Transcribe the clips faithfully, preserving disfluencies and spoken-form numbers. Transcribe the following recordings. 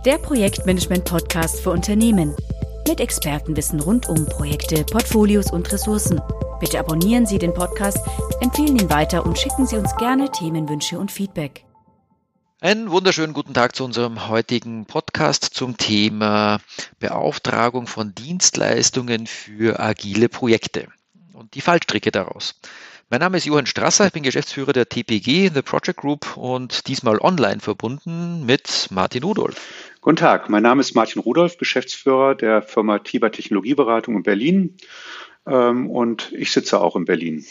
der Projektmanagement-Podcast für Unternehmen. Mit Expertenwissen rund um Projekte, Portfolios und Ressourcen. Bitte abonnieren Sie den Podcast, empfehlen ihn weiter und schicken Sie uns gerne Themenwünsche und Feedback. Einen wunderschönen guten Tag zu unserem heutigen Podcast zum Thema Beauftragung von Dienstleistungen für agile Projekte und die Fallstricke daraus. Mein Name ist Johann Strasser, ich bin Geschäftsführer der T P G in The Project Group und diesmal online verbunden mit Martin Rudolph. Guten Tag, mein Name ist Martin Rudolph, Geschäftsführer der Firma Tiber Technologieberatung in Berlin und ich sitze auch in Berlin.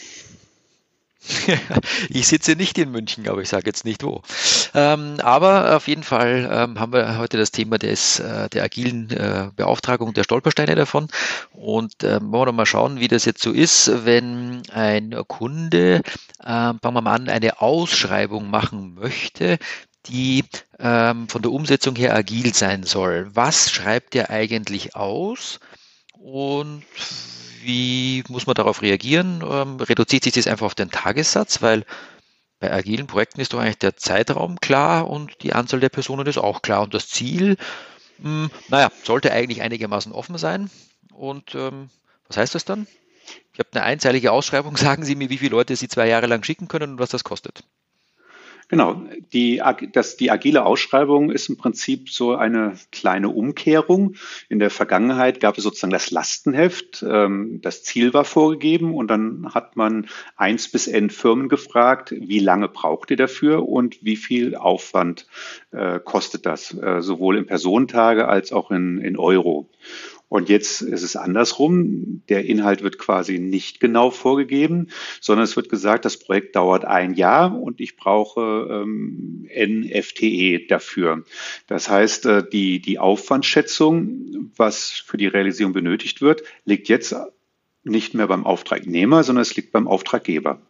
Ich sitze nicht in München, aber ich sage jetzt nicht wo. Ähm, aber auf jeden Fall ähm, haben wir heute das Thema des, äh, der agilen äh, Beauftragung der Stolpersteine davon. Und äh, wollen wir mal schauen, wie das jetzt so ist, wenn ein Kunde, äh, fangen wir mal an, eine Ausschreibung machen möchte, die ähm, von der Umsetzung her agil sein soll. Was schreibt er eigentlich aus? Und wie muss man darauf reagieren? Ähm, reduziert sich das einfach auf den Tagessatz, weil bei agilen Projekten ist doch eigentlich der Zeitraum klar und die Anzahl der Personen ist auch klar. Und das Ziel, mh, naja, sollte eigentlich einigermaßen offen sein. Und ähm, was heißt das dann? Ich habe eine einzeilige Ausschreibung. Sagen Sie mir, wie viele Leute Sie zwei Jahre lang schicken können und was das kostet. Genau, die, das, die agile Ausschreibung ist im Prinzip so eine kleine Umkehrung. In der Vergangenheit gab es sozusagen das Lastenheft, ähm, das Ziel war vorgegeben und dann hat man eins bis n Firmen gefragt, wie lange braucht ihr dafür und wie viel Aufwand äh, kostet das, äh, sowohl in Personentage als auch in, in Euro. Und jetzt ist es andersrum. Der Inhalt wird quasi nicht genau vorgegeben, sondern es wird gesagt, das Projekt dauert ein Jahr und ich brauche ähm, N F T E dafür. Das heißt, äh, die, die Aufwandschätzung, was für die Realisierung benötigt wird, liegt jetzt nicht mehr beim Auftragnehmer, sondern es liegt beim Auftraggeber.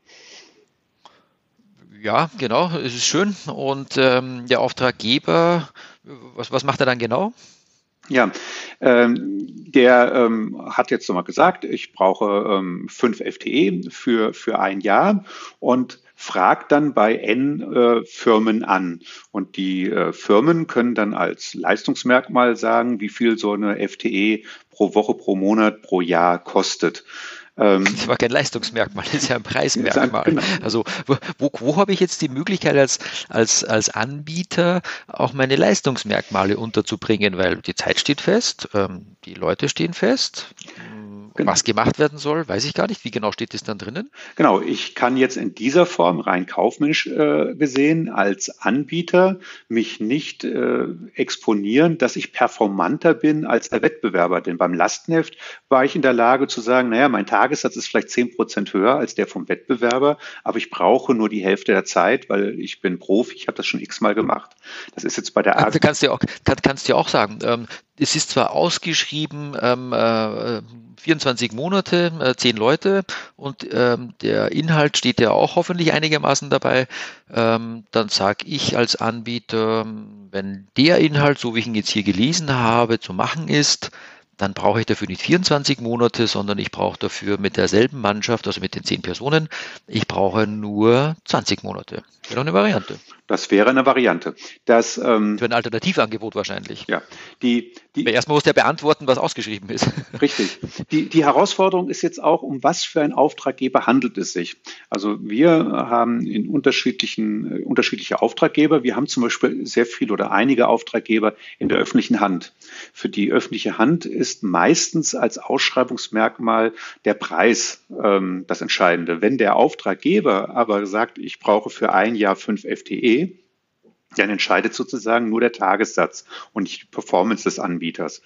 Ja, genau, es ist schön. Und ähm, der Auftraggeber, was, was macht er dann genau? Ja, ähm, der ähm, hat jetzt nochmal gesagt, ich brauche ähm, fünf F T E für, für ein Jahr und fragt dann bei N äh, Firmen an. Und die äh, Firmen können dann als Leistungsmerkmal sagen, wie viel so eine F T E pro Woche, pro Monat, pro Jahr kostet. Das war kein Leistungsmerkmal, das ist ja ein Preismerkmal. Genau. Also wo, wo habe ich jetzt die Möglichkeit als, als, als Anbieter auch meine Leistungsmerkmale unterzubringen, weil die Zeit steht fest, die Leute stehen fest. Genau. Was gemacht werden soll, weiß ich gar nicht. Wie genau steht das dann drinnen? Genau, ich kann jetzt in dieser Form rein kaufmännisch äh, gesehen als Anbieter mich nicht äh, exponieren, dass ich performanter bin als der Wettbewerber. Denn beim Lastenheft war ich in der Lage zu sagen, naja, mein Tagessatz ist vielleicht zehn Prozent höher als der vom Wettbewerber, aber ich brauche nur die Hälfte der Zeit, weil ich bin Profi, ich habe das schon x-mal gemacht. Das ist jetzt bei der Ag- kannst du ja auch, kann, kannst du ja auch sagen, ähm, es ist zwar ausgeschrieben, ähm, äh, vierundzwanzig Monate, äh, zehn Leute und ähm, der Inhalt steht ja auch hoffentlich einigermaßen dabei. Ähm, dann sage ich als Anbieter, wenn der Inhalt, so wie ich ihn jetzt hier gelesen habe, zu machen ist, dann brauche ich dafür nicht vierundzwanzig Monate, sondern ich brauche dafür mit derselben Mannschaft, also mit den zehn Personen, ich brauche nur zwanzig Monate. Wäre doch eine Variante. Das wäre eine Variante. Das, ähm, das wäre ein Alternativangebot wahrscheinlich. Ja, die, die, Aber erstmal muss der beantworten, was ausgeschrieben ist. Richtig. Die, die Herausforderung ist jetzt auch, um was für einen Auftraggeber handelt es sich. Also wir haben in unterschiedlichen, äh, unterschiedliche Auftraggeber. Wir haben zum Beispiel sehr viele oder einige Auftraggeber in der öffentlichen Hand. Für die öffentliche Hand ist meistens als Ausschreibungsmerkmal der Preis ähm, das Entscheidende. Wenn der Auftraggeber aber sagt, ich brauche für ein Jahr fünf F T E, dann entscheidet sozusagen nur der Tagessatz und nicht die Performance des Anbieters.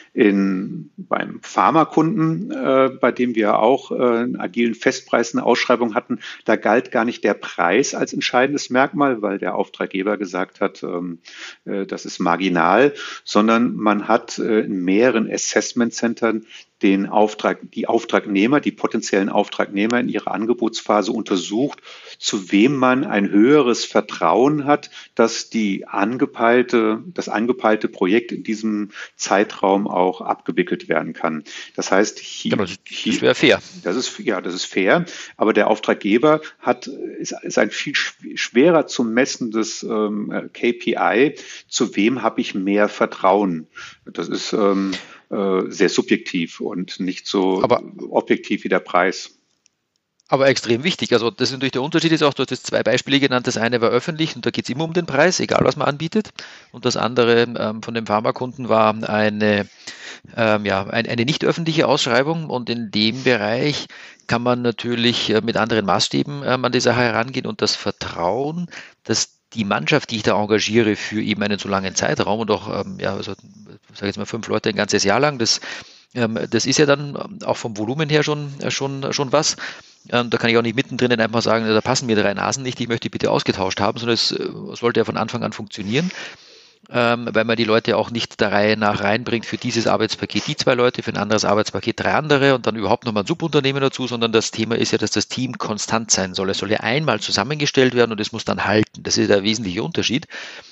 In, beim Pharmakunden, äh, bei dem wir auch äh, einen agilen Festpreis eine Ausschreibung hatten, da galt gar nicht der Preis als entscheidendes Merkmal, weil der Auftraggeber gesagt hat, ähm, äh, das ist marginal, sondern man hat äh, in mehreren Assessment-Centern den Auftrag, die Auftragnehmer, die potenziellen Auftragnehmer in ihrer Angebotsphase untersucht, zu wem man ein höheres Vertrauen hat, dass die angepeilte, das angepeilte Projekt in diesem Zeitraum auch abgewickelt werden kann. Das heißt, hier, genau, das, das wäre fair. Das ist, ja, das ist fair, aber der Auftraggeber hat, ist, ist ein viel schwerer zu messendes ähm, K P I, zu wem habe ich mehr Vertrauen. Das ist ähm, äh, sehr subjektiv und nicht so aber, objektiv wie der Preis. Aber extrem wichtig. Also das ist natürlich der Unterschied ist auch, du hast jetzt zwei Beispiele genannt. Das eine war öffentlich und da geht es immer um den Preis, egal was man anbietet. Und das andere ähm, von dem Pharmakunden war eine, ähm, ja, ein, eine nicht öffentliche Ausschreibung. Und in dem Bereich kann man natürlich äh, mit anderen Maßstäben ähm, an die Sache herangehen und das Vertrauen, dass die Mannschaft, die ich da engagiere für eben einen so langen Zeitraum und auch, ähm, ja, also ich sage jetzt mal fünf Leute ein ganzes Jahr lang, das, ähm, das ist ja dann auch vom Volumen her schon, schon, schon was. Ähm, da kann ich auch nicht mittendrin einfach sagen, da passen mir drei Nasen nicht, ich möchte die bitte ausgetauscht haben, sondern es äh, sollte ja von Anfang an funktionieren. Ähm, weil man die Leute auch nicht der Reihe nach reinbringt für dieses Arbeitspaket die zwei Leute, für ein anderes Arbeitspaket drei andere und dann überhaupt nochmal ein Subunternehmen dazu, sondern das Thema ist ja, dass das Team konstant sein soll. Es soll ja einmal zusammengestellt werden und es muss dann halten. Das ist der wesentliche Unterschied.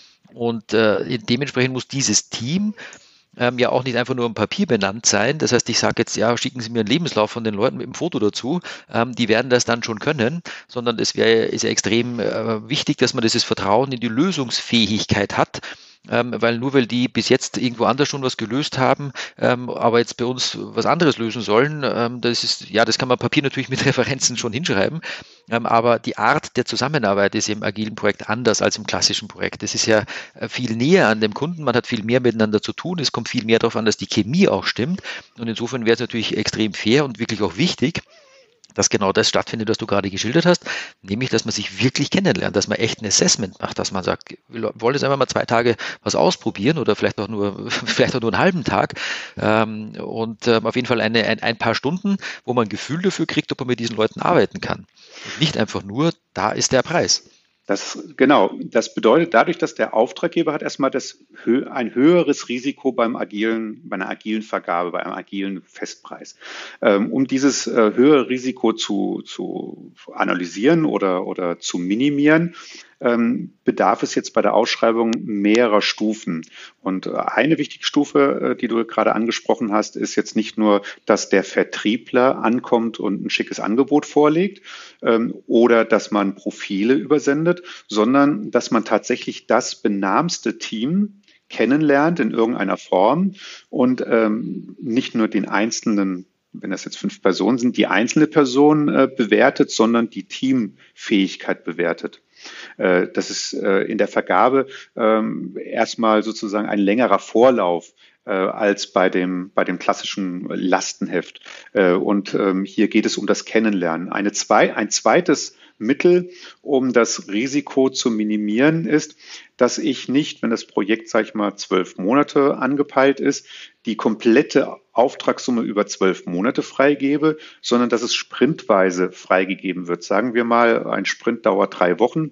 Und äh, dementsprechend muss dieses Team ähm, ja auch nicht einfach nur im Papier benannt sein. Das heißt, ich sage jetzt, ja, schicken Sie mir einen Lebenslauf von den Leuten mit dem Foto dazu. Ähm, die werden das dann schon können, sondern es wäre ist ja extrem äh, wichtig, dass man dieses Vertrauen in die Lösungsfähigkeit hat. Ähm, weil nur weil die bis jetzt irgendwo anders schon was gelöst haben, ähm, aber jetzt bei uns was anderes lösen sollen, ähm, das ist, ja, das kann man Papier natürlich mit Referenzen schon hinschreiben, ähm, aber die Art der Zusammenarbeit ist im agilen Projekt anders als im klassischen Projekt. Es ist ja viel näher an dem Kunden, man hat viel mehr miteinander zu tun, es kommt viel mehr darauf an, dass die Chemie auch stimmt und insofern wäre es natürlich extrem fair und wirklich auch wichtig, dass genau das stattfindet, was du gerade geschildert hast, nämlich, dass man sich wirklich kennenlernt, dass man echt ein Assessment macht, dass man sagt, wir wollen jetzt einfach mal zwei Tage was ausprobieren oder vielleicht auch nur, vielleicht auch nur einen halben Tag ähm, und ähm, auf jeden Fall eine, ein, ein paar Stunden, wo man ein Gefühl dafür kriegt, ob man mit diesen Leuten arbeiten kann. Und nicht einfach nur, da ist der Preis. Das, genau, das bedeutet dadurch, dass der Auftraggeber hat erstmal das, ein höheres Risiko beim agilen, bei einer agilen Vergabe, bei einem agilen Festpreis. Ähm, um dieses äh, höhere Risiko zu, zu analysieren oder, oder zu minimieren, ähm, bedarf es jetzt bei der Ausschreibung mehrerer Stufen. Und eine wichtige Stufe, äh, die du gerade angesprochen hast, ist jetzt nicht nur, dass der Vertriebler ankommt und ein schickes Angebot vorlegt ähm, oder dass man Profile übersendet, sondern dass man tatsächlich das benahmste Team kennenlernt in irgendeiner Form und ähm, nicht nur den einzelnen, wenn das jetzt fünf Personen sind, die einzelne Person äh, bewertet, sondern die Teamfähigkeit bewertet. Äh, das ist äh, in der Vergabe ähm, erstmal sozusagen ein längerer Vorlauf äh, als bei dem, bei dem klassischen Lastenheft. Äh, und ähm, hier geht es um das Kennenlernen. Eine zwei, ein zweites Mittel, um das Risiko zu minimieren, ist, dass ich nicht, wenn das Projekt, sage ich mal, zwölf Monate angepeilt ist, die komplette Auftragssumme über zwölf Monate freigebe, sondern dass es sprintweise freigegeben wird. Sagen wir mal, ein Sprint dauert drei Wochen.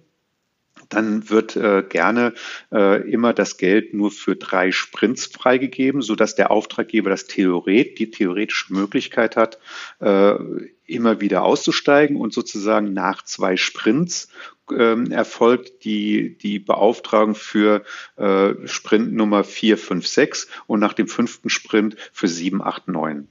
Dann wird äh, gerne äh, immer das Geld nur für drei Sprints freigegeben, sodass der Auftraggeber das Theoret, die theoretische Möglichkeit hat, äh, immer wieder auszusteigen und sozusagen nach zwei Sprints äh, erfolgt die, die Beauftragung für äh, Sprint Nummer vier, fünf, sechs und nach dem fünften Sprint für sieben, acht, neun.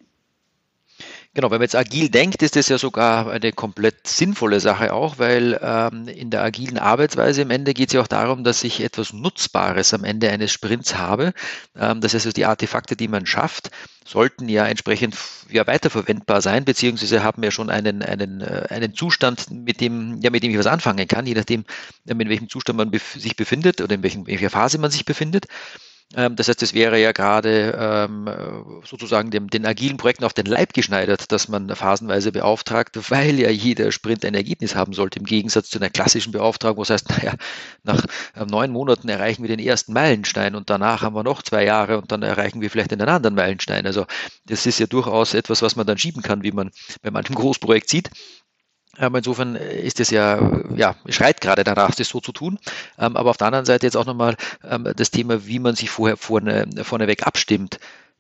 Genau, wenn man jetzt agil denkt, ist das ja sogar eine komplett sinnvolle Sache auch, weil ähm, in der agilen Arbeitsweise am Ende geht es ja auch darum, dass ich etwas Nutzbares am Ende eines Sprints habe. Ähm, das heißt, also die Artefakte, die man schafft, sollten ja entsprechend ja weiterverwendbar sein, beziehungsweise haben ja schon einen, einen, äh, einen Zustand, mit dem, ja, mit dem ich was anfangen kann, je nachdem, in welchem Zustand man bef- sich befindet oder in, welchen, in welcher Phase man sich befindet. Das heißt, es wäre ja gerade ähm, sozusagen dem, den agilen Projekten auf den Leib geschneidert, dass man phasenweise beauftragt, weil ja jeder Sprint ein Ergebnis haben sollte, im Gegensatz zu einer klassischen Beauftragung, wo es heißt, naja, nach äh, neun Monaten erreichen wir den ersten Meilenstein und danach haben wir noch zwei Jahre und dann erreichen wir vielleicht einen anderen Meilenstein. Also das ist ja durchaus etwas, was man dann schieben kann, wie man bei manchem Großprojekt sieht. Aber insofern ist es ja, ja, schreit gerade danach, das so zu tun. Aber auf der anderen Seite jetzt auch nochmal das Thema, wie man sich vorher vorne, vorneweg abstimmt.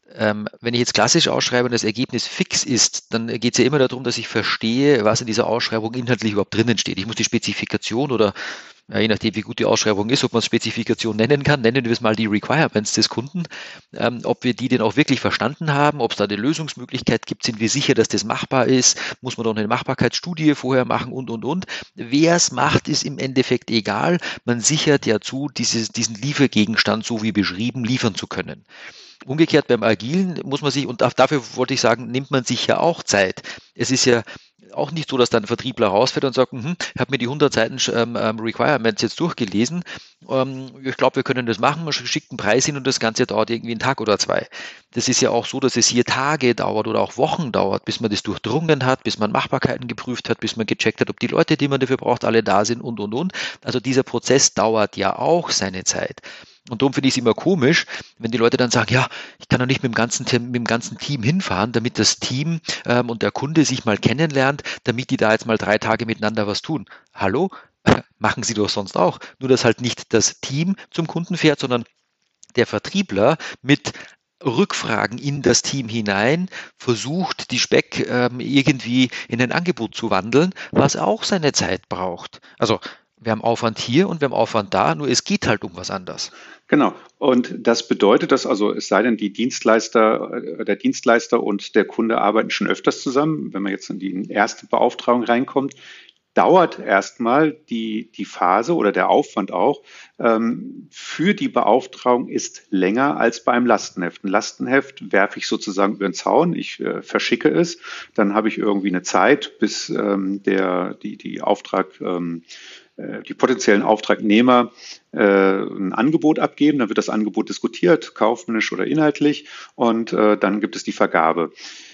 Ähm, wenn ich jetzt klassisch ausschreibe und das Ergebnis fix ist, dann geht es ja immer darum, dass ich verstehe, was in dieser Ausschreibung inhaltlich überhaupt drinnen steht. Ich muss die Spezifikation oder ja, je nachdem, wie gut die Ausschreibung ist, ob man es Spezifikation nennen kann, nennen wir es mal die Requirements des Kunden, ähm, ob wir die denn auch wirklich verstanden haben, ob es da eine Lösungsmöglichkeit gibt, sind wir sicher, dass das machbar ist, muss man doch eine Machbarkeitsstudie vorher machen und, und, und. Wer es macht, ist im Endeffekt egal. Man sichert ja zu, dieses, diesen Liefergegenstand, so wie beschrieben, liefern zu können. Umgekehrt beim Agilen muss man sich, und dafür wollte ich sagen, nimmt man sich ja auch Zeit. Es ist ja auch nicht so, dass dann ein Vertriebler rausfährt und sagt, hm, ich habe mir die hundert Seiten ähm, Requirements jetzt durchgelesen. Ähm, ich glaube, wir können das machen. Man schickt einen Preis hin und das Ganze dauert irgendwie einen Tag oder zwei. Das ist ja auch so, dass es hier Tage dauert oder auch Wochen dauert, bis man das durchdrungen hat, bis man Machbarkeiten geprüft hat, bis man gecheckt hat, ob die Leute, die man dafür braucht, alle da sind und, und, und. Also dieser Prozess dauert ja auch seine Zeit. Und darum finde ich es immer komisch, wenn die Leute dann sagen, ja, ich kann doch nicht mit dem ganzen, mit dem ganzen Team hinfahren, damit das Team ähm, und der Kunde sich mal kennenlernt, damit die da jetzt mal drei Tage miteinander was tun. Hallo? Machen sie doch sonst auch. Nur, dass halt nicht das Team zum Kunden fährt, sondern der Vertriebler mit Rückfragen in das Team hinein versucht, die Speck ähm, irgendwie in ein Angebot zu wandeln, was auch seine Zeit braucht. Also wir haben Aufwand hier und wir haben Aufwand da, nur es geht halt um was anderes. Genau. Und das bedeutet, dass also es sei denn, die Dienstleister, der Dienstleister und der Kunde arbeiten schon öfters zusammen, wenn man jetzt in die erste Beauftragung reinkommt, dauert erstmal die, die Phase oder der Aufwand auch ähm, für die Beauftragung ist länger als bei einem Lastenheft. Ein Lastenheft werfe ich sozusagen über den Zaun, ich äh, verschicke es, dann habe ich irgendwie eine Zeit, bis ähm, der, die, die Auftrag ähm, die potenziellen Auftragnehmer äh, ein Angebot abgeben, dann wird das Angebot diskutiert, kaufmännisch oder inhaltlich, und äh, dann gibt es die Vergabe.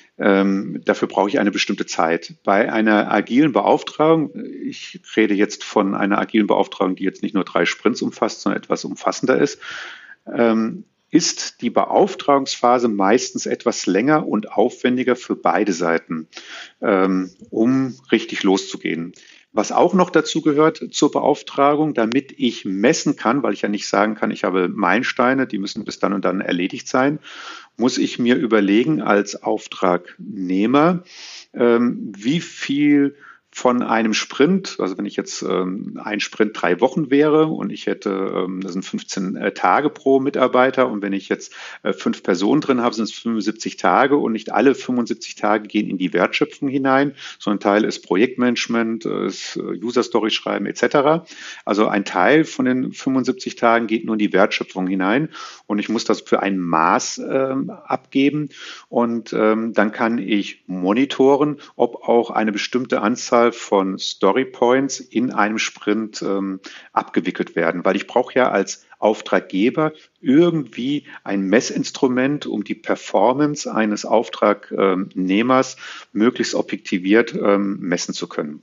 Ähm, dafür brauche ich eine bestimmte Zeit. Bei einer agilen Beauftragung, ich rede jetzt von einer agilen Beauftragung, die jetzt nicht nur drei Sprints umfasst, sondern etwas umfassender ist, ähm, ist die Beauftragungsphase meistens etwas länger und aufwendiger für beide Seiten, ähm, um richtig loszugehen. Was auch noch dazu gehört zur Beauftragung, damit ich messen kann, weil ich ja nicht sagen kann, ich habe Meilensteine, die müssen bis dann und dann erledigt sein, muss ich mir überlegen als Auftragnehmer, ähm, wie viel von einem Sprint, also wenn ich jetzt ähm, ein Sprint drei Wochen wäre und ich hätte, ähm, das sind fünfzehn äh, Tage pro Mitarbeiter, und wenn ich jetzt äh, fünf Personen drin habe, sind es fünfundsiebzig Tage, und nicht alle fünfundsiebzig Tage gehen in die Wertschöpfung hinein, sondern ein Teil ist Projektmanagement, ist User-Story schreiben et cetera. Also ein Teil von den fünfundsiebzig Tagen geht nur in die Wertschöpfung hinein, und ich muss das für ein Maß ähm, abgeben, und ähm, dann kann ich monitoren, ob auch eine bestimmte Anzahl von Story Points in einem Sprint ähm, abgewickelt werden, weil ich brauche ja als Auftraggeber irgendwie ein Messinstrument, um die Performance eines Auftragnehmers möglichst objektiviert ähm, messen zu können.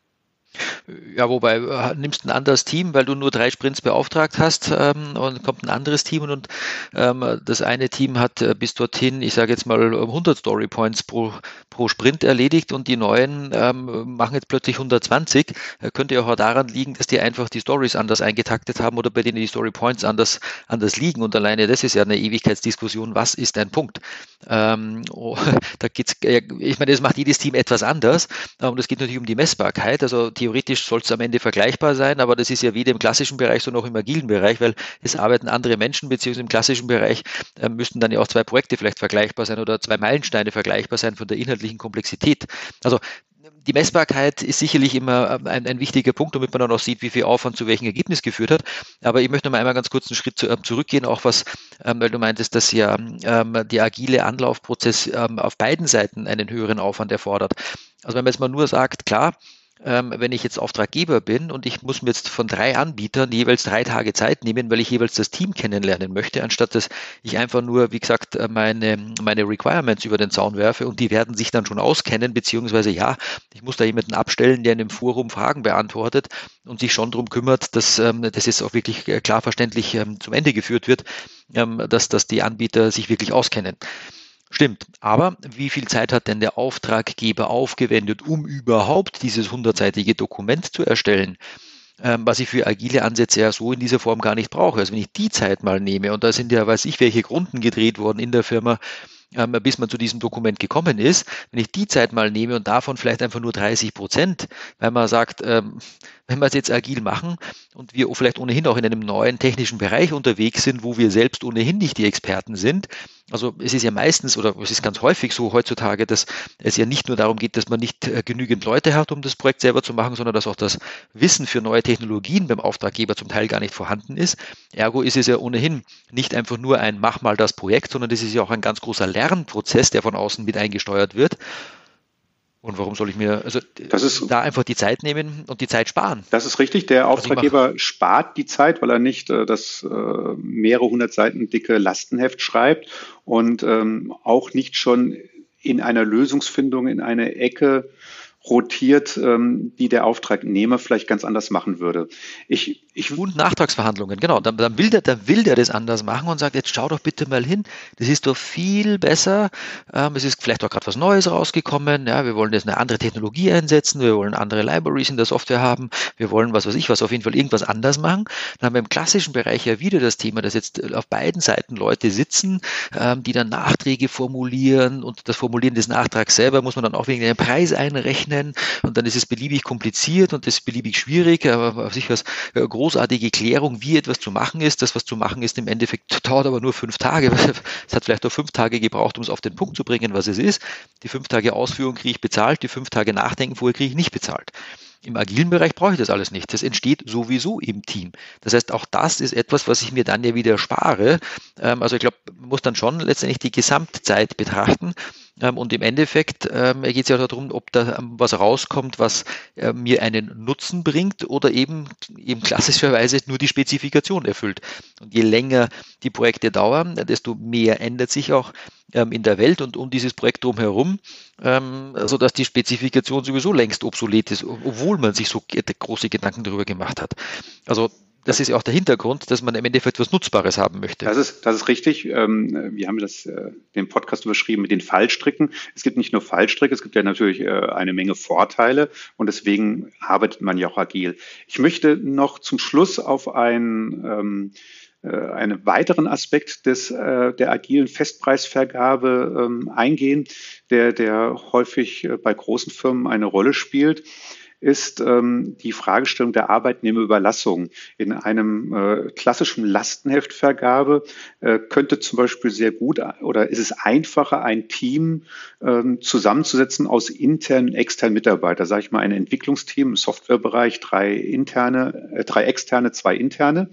Ja, wobei, äh, nimmst ein anderes Team, weil du nur drei Sprints beauftragt hast, ähm, und kommt ein anderes Team, und ähm, das eine Team hat äh, bis dorthin, ich sage jetzt mal, hundert Story Points pro, pro Sprint erledigt, und die neuen ähm, machen jetzt plötzlich hundertzwanzig. Äh, könnte ja auch daran liegen, dass die einfach die Stories anders eingetaktet haben oder bei denen die Story Points anders, anders liegen, und alleine das ist ja eine Ewigkeitsdiskussion, was ist ein Punkt? Ähm, oh, da geht's, äh, ich meine, das macht jedes Team etwas anders, äh, und es geht natürlich um die Messbarkeit, also theoretisch soll es am Ende vergleichbar sein, aber das ist ja weder im klassischen Bereich, sondern auch im agilen Bereich, weil es arbeiten andere Menschen, beziehungsweise im klassischen Bereich äh, müssten dann ja auch zwei Projekte vielleicht vergleichbar sein oder zwei Meilensteine vergleichbar sein von der inhaltlichen Komplexität. Also die Messbarkeit ist sicherlich immer ein, ein wichtiger Punkt, damit man dann auch sieht, wie viel Aufwand zu welchem Ergebnis geführt hat. Aber ich möchte noch mal einmal ganz kurz einen Schritt zu, äh, zurückgehen, auch was, ähm, weil du meintest, dass ja ähm, der agile Anlaufprozess ähm, auf beiden Seiten einen höheren Aufwand erfordert. Also wenn man jetzt mal nur sagt, klar, Ähm, wenn ich jetzt Auftraggeber bin und ich muss mir jetzt von drei Anbietern jeweils drei Tage Zeit nehmen, weil ich jeweils das Team kennenlernen möchte, anstatt dass ich einfach nur, wie gesagt, meine, meine Requirements über den Zaun werfe, und die werden sich dann schon auskennen, beziehungsweise ja, ich muss da jemanden abstellen, der in einem Forum Fragen beantwortet und sich schon darum kümmert, dass ähm, das jetzt auch wirklich klar verständlich ähm, zum Ende geführt wird, ähm, dass, dass die Anbieter sich wirklich auskennen. Stimmt, aber wie viel Zeit hat denn der Auftraggeber aufgewendet, um überhaupt dieses hundertseitige Dokument zu erstellen? ähm, was ich für agile Ansätze ja so in dieser Form gar nicht brauche. Also wenn ich die Zeit mal nehme, und da sind ja, weiß ich, welche Runden gedreht worden in der Firma, ähm, bis man zu diesem Dokument gekommen ist, wenn ich die Zeit mal nehme und davon vielleicht einfach nur dreißig Prozent, weil man sagt, ähm, wenn wir es jetzt agil machen und wir vielleicht ohnehin auch in einem neuen technischen Bereich unterwegs sind, wo wir selbst ohnehin nicht die Experten sind. Also es ist ja meistens oder es ist ganz häufig so heutzutage, dass es ja nicht nur darum geht, dass man nicht äh, genügend Leute hat, um das Projekt selber zu machen, sondern dass auch das Wissen für neue Technologien beim Auftraggeber zum Teil gar nicht vorhanden ist. Ergo ist es ja ohnehin nicht einfach nur ein Mach mal das Projekt, sondern das ist ja auch ein ganz großer Lernprozess, der von außen mit eingesteuert wird. Und warum soll ich mir also das ist, da einfach die Zeit nehmen und die Zeit sparen? Das ist richtig. Der Auftraggeber spart die Zeit, weil er nicht äh, das äh, mehrere hundert Seiten dicke Lastenheft schreibt und ähm, auch nicht schon in einer Lösungsfindung in eine Ecke rotiert, ähm, die der Auftragnehmer vielleicht ganz anders machen würde. Ich, ich und Nachtragsverhandlungen, genau. Dann, dann, will der, dann will der das anders machen und sagt, jetzt schau doch bitte mal hin, das ist doch viel besser. Ähm, es ist vielleicht auch gerade was Neues rausgekommen. Ja, wir wollen jetzt eine andere Technologie einsetzen, wir wollen andere Libraries in der Software haben, wir wollen was weiß ich was, auf jeden Fall irgendwas anders machen. Dann haben wir im klassischen Bereich ja wieder das Thema, dass jetzt auf beiden Seiten Leute sitzen, ähm, die dann Nachträge formulieren und das Formulieren des Nachtrags selber muss man dann auch wegen dem Preis einrechnen. Und dann ist es beliebig kompliziert und das ist beliebig schwierig, aber sicher was großartige Klärung, wie etwas zu machen ist. Das, was zu machen ist, im Endeffekt dauert aber nur fünf Tage. Es hat vielleicht auch fünf Tage gebraucht, um es auf den Punkt zu bringen, was es ist. Die fünf Tage Ausführung kriege ich bezahlt, die fünf Tage Nachdenken vorher kriege ich nicht bezahlt. Im agilen Bereich brauche ich das alles nicht. Das entsteht sowieso im Team. Das heißt, auch das ist etwas, was ich mir dann ja wieder spare. Also ich glaube, man muss dann schon letztendlich die Gesamtzeit betrachten. Und im Endeffekt geht es ja darum, ob da was rauskommt, was mir einen Nutzen bringt oder eben, eben klassischerweise nur die Spezifikation erfüllt. Und je länger die Projekte dauern, desto mehr ändert sich auch in der Welt und um dieses Projekt drumherum, sodass die Spezifikation sowieso längst obsolet ist, obwohl man sich so große Gedanken darüber gemacht hat. Also das ist ja auch der Hintergrund, dass man im Endeffekt etwas Nutzbares haben möchte. Das ist, das ist richtig. Wir haben das, den Podcast überschrieben mit den Fallstricken. Es gibt nicht nur Fallstricke, es gibt ja natürlich eine Menge Vorteile und deswegen arbeitet man ja auch agil. Ich möchte noch zum Schluss auf ein einen weiteren Aspekt des, der agilen Festpreisvergabe ähm, eingehen, der, der häufig bei großen Firmen eine Rolle spielt, ist ähm, die Fragestellung der Arbeitnehmerüberlassung. In einem äh, klassischen Lastenheftvergabe äh, könnte zum Beispiel sehr gut oder ist es einfacher, ein Team ähm, zusammenzusetzen aus internen und externen Mitarbeitern. Sage ich mal, ein Entwicklungsteam im Softwarebereich, drei interne, äh, drei externe, zwei interne.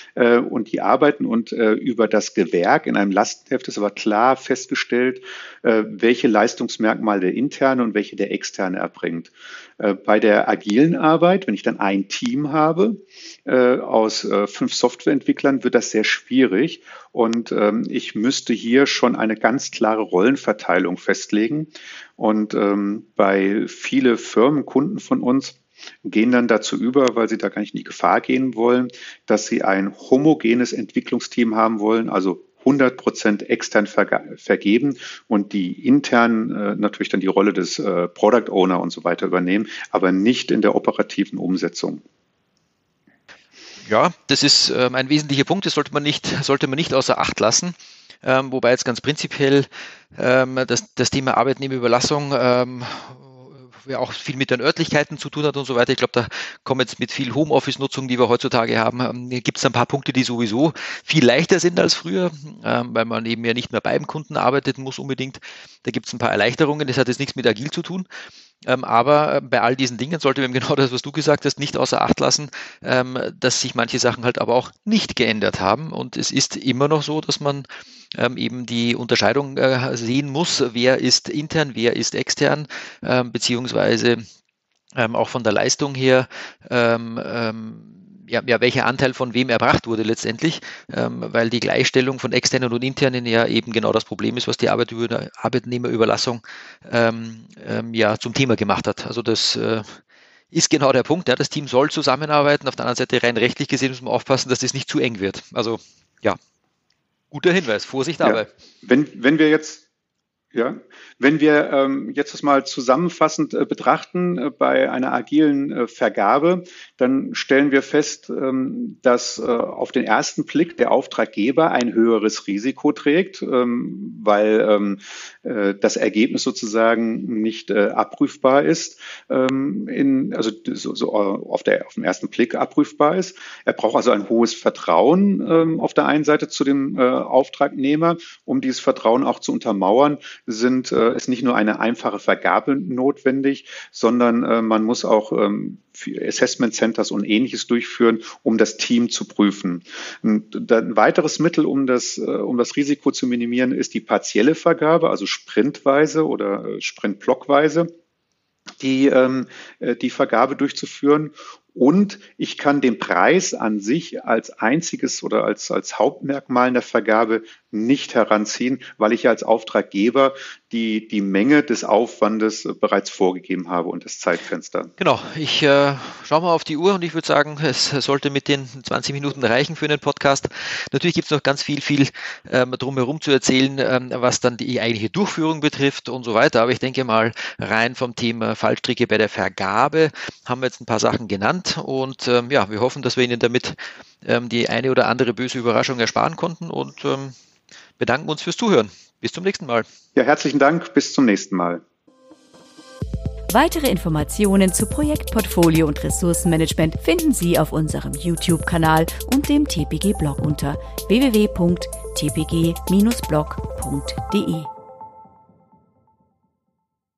Und die arbeiten und äh, über das Gewerk in einem Lastenheft ist aber klar festgestellt, äh, welche Leistungsmerkmale der interne und welche der externe erbringt. Äh, bei der agilen Arbeit, wenn ich dann ein Team habe äh, aus äh, fünf Softwareentwicklern, wird das sehr schwierig und ähm, ich müsste hier schon eine ganz klare Rollenverteilung festlegen. Und ähm, bei viele Firmen, Kunden von uns, gehen dann dazu über, weil sie da gar nicht in die Gefahr gehen wollen, dass sie ein homogenes Entwicklungsteam haben wollen, also hundert Prozent extern verge- vergeben und die intern äh, natürlich dann die Rolle des äh, Product Owner und so weiter übernehmen, aber nicht in der operativen Umsetzung. Ja, das ist ähm, ein wesentlicher Punkt, das sollte man nicht, sollte man nicht außer Acht lassen. Ähm, wobei jetzt ganz prinzipiell ähm, das, das Thema Arbeitnehmerüberlassung ähm, ja auch viel mit den Örtlichkeiten zu tun hat und so weiter. Ich glaube, da kommen jetzt mit viel Homeoffice-Nutzung, die wir heutzutage haben, gibt es ein paar Punkte, die sowieso viel leichter sind als früher, ähm, weil man eben ja nicht mehr beim Kunden arbeiten muss unbedingt. Da gibt es ein paar Erleichterungen, das hat jetzt nichts mit agil zu tun. Ähm, aber bei all diesen Dingen sollte man genau das, was du gesagt hast, nicht außer Acht lassen, ähm, dass sich manche Sachen halt aber auch nicht geändert haben. Und es ist immer noch so, dass man ähm, eben die Unterscheidung äh, sehen muss, wer ist intern, wer ist extern, ähm, beziehungsweise ähm, auch von der Leistung her, ähm, ähm, Ja, ja, welcher Anteil von wem erbracht wurde letztendlich, ähm, weil die Gleichstellung von externen und internen ja eben genau das Problem ist, was die Arbeit über, Arbeitnehmerüberlassung ähm, ähm, ja zum Thema gemacht hat. Also das äh, ist genau der Punkt. Ja, das Team soll zusammenarbeiten. Auf der anderen Seite rein rechtlich gesehen muss man aufpassen, dass das nicht zu eng wird. Also ja, guter Hinweis. Vorsicht dabei. Ja, wenn, wenn wir jetzt Ja, wenn wir ähm, jetzt das mal zusammenfassend äh, betrachten äh, bei einer agilen äh, Vergabe, dann stellen wir fest, ähm, dass äh, auf den ersten Blick der Auftraggeber ein höheres Risiko trägt, ähm, weil ähm, äh, das Ergebnis sozusagen nicht äh, abprüfbar ist, ähm, in, also so, so auf, der, auf den ersten Blick abprüfbar ist. Er braucht also ein hohes Vertrauen ähm, auf der einen Seite zu dem äh, Auftragnehmer, um dieses Vertrauen auch zu untermauern. Sind, äh, ist nicht nur eine einfache Vergabe notwendig, sondern äh, man muss auch ähm, Assessment Centers und Ähnliches durchführen, um das Team zu prüfen. Und ein weiteres Mittel, um das, äh, um das Risiko zu minimieren, ist die partielle Vergabe, also sprintweise oder äh, sprintblockweise, die, ähm, die Vergabe durchzuführen. Und ich kann den Preis an sich als einziges oder als, als Hauptmerkmal in der Vergabe nicht heranziehen, weil ich ja als Auftraggeber die, die Menge des Aufwandes bereits vorgegeben habe und das Zeitfenster. Genau, ich äh, schaue mal auf die Uhr und ich würde sagen, es sollte mit den zwanzig Minuten reichen für einen Podcast. Natürlich gibt es noch ganz viel, viel ähm, drumherum zu erzählen, ähm, was dann die eigentliche Durchführung betrifft und so weiter. Aber ich denke mal, rein vom Thema Fallstricke bei der Vergabe haben wir jetzt ein paar Sachen genannt und ähm, ja, wir hoffen, dass wir Ihnen damit ähm, die eine oder andere böse Überraschung ersparen konnten und ähm, bedanken uns fürs Zuhören. Bis zum nächsten Mal. Ja, herzlichen Dank. Bis zum nächsten Mal. Weitere Informationen zu Projektportfolio und Ressourcenmanagement finden Sie auf unserem YouTube-Kanal und dem T P G-Blog unter w w w punkt t p g Bindestrich blog punkt d e.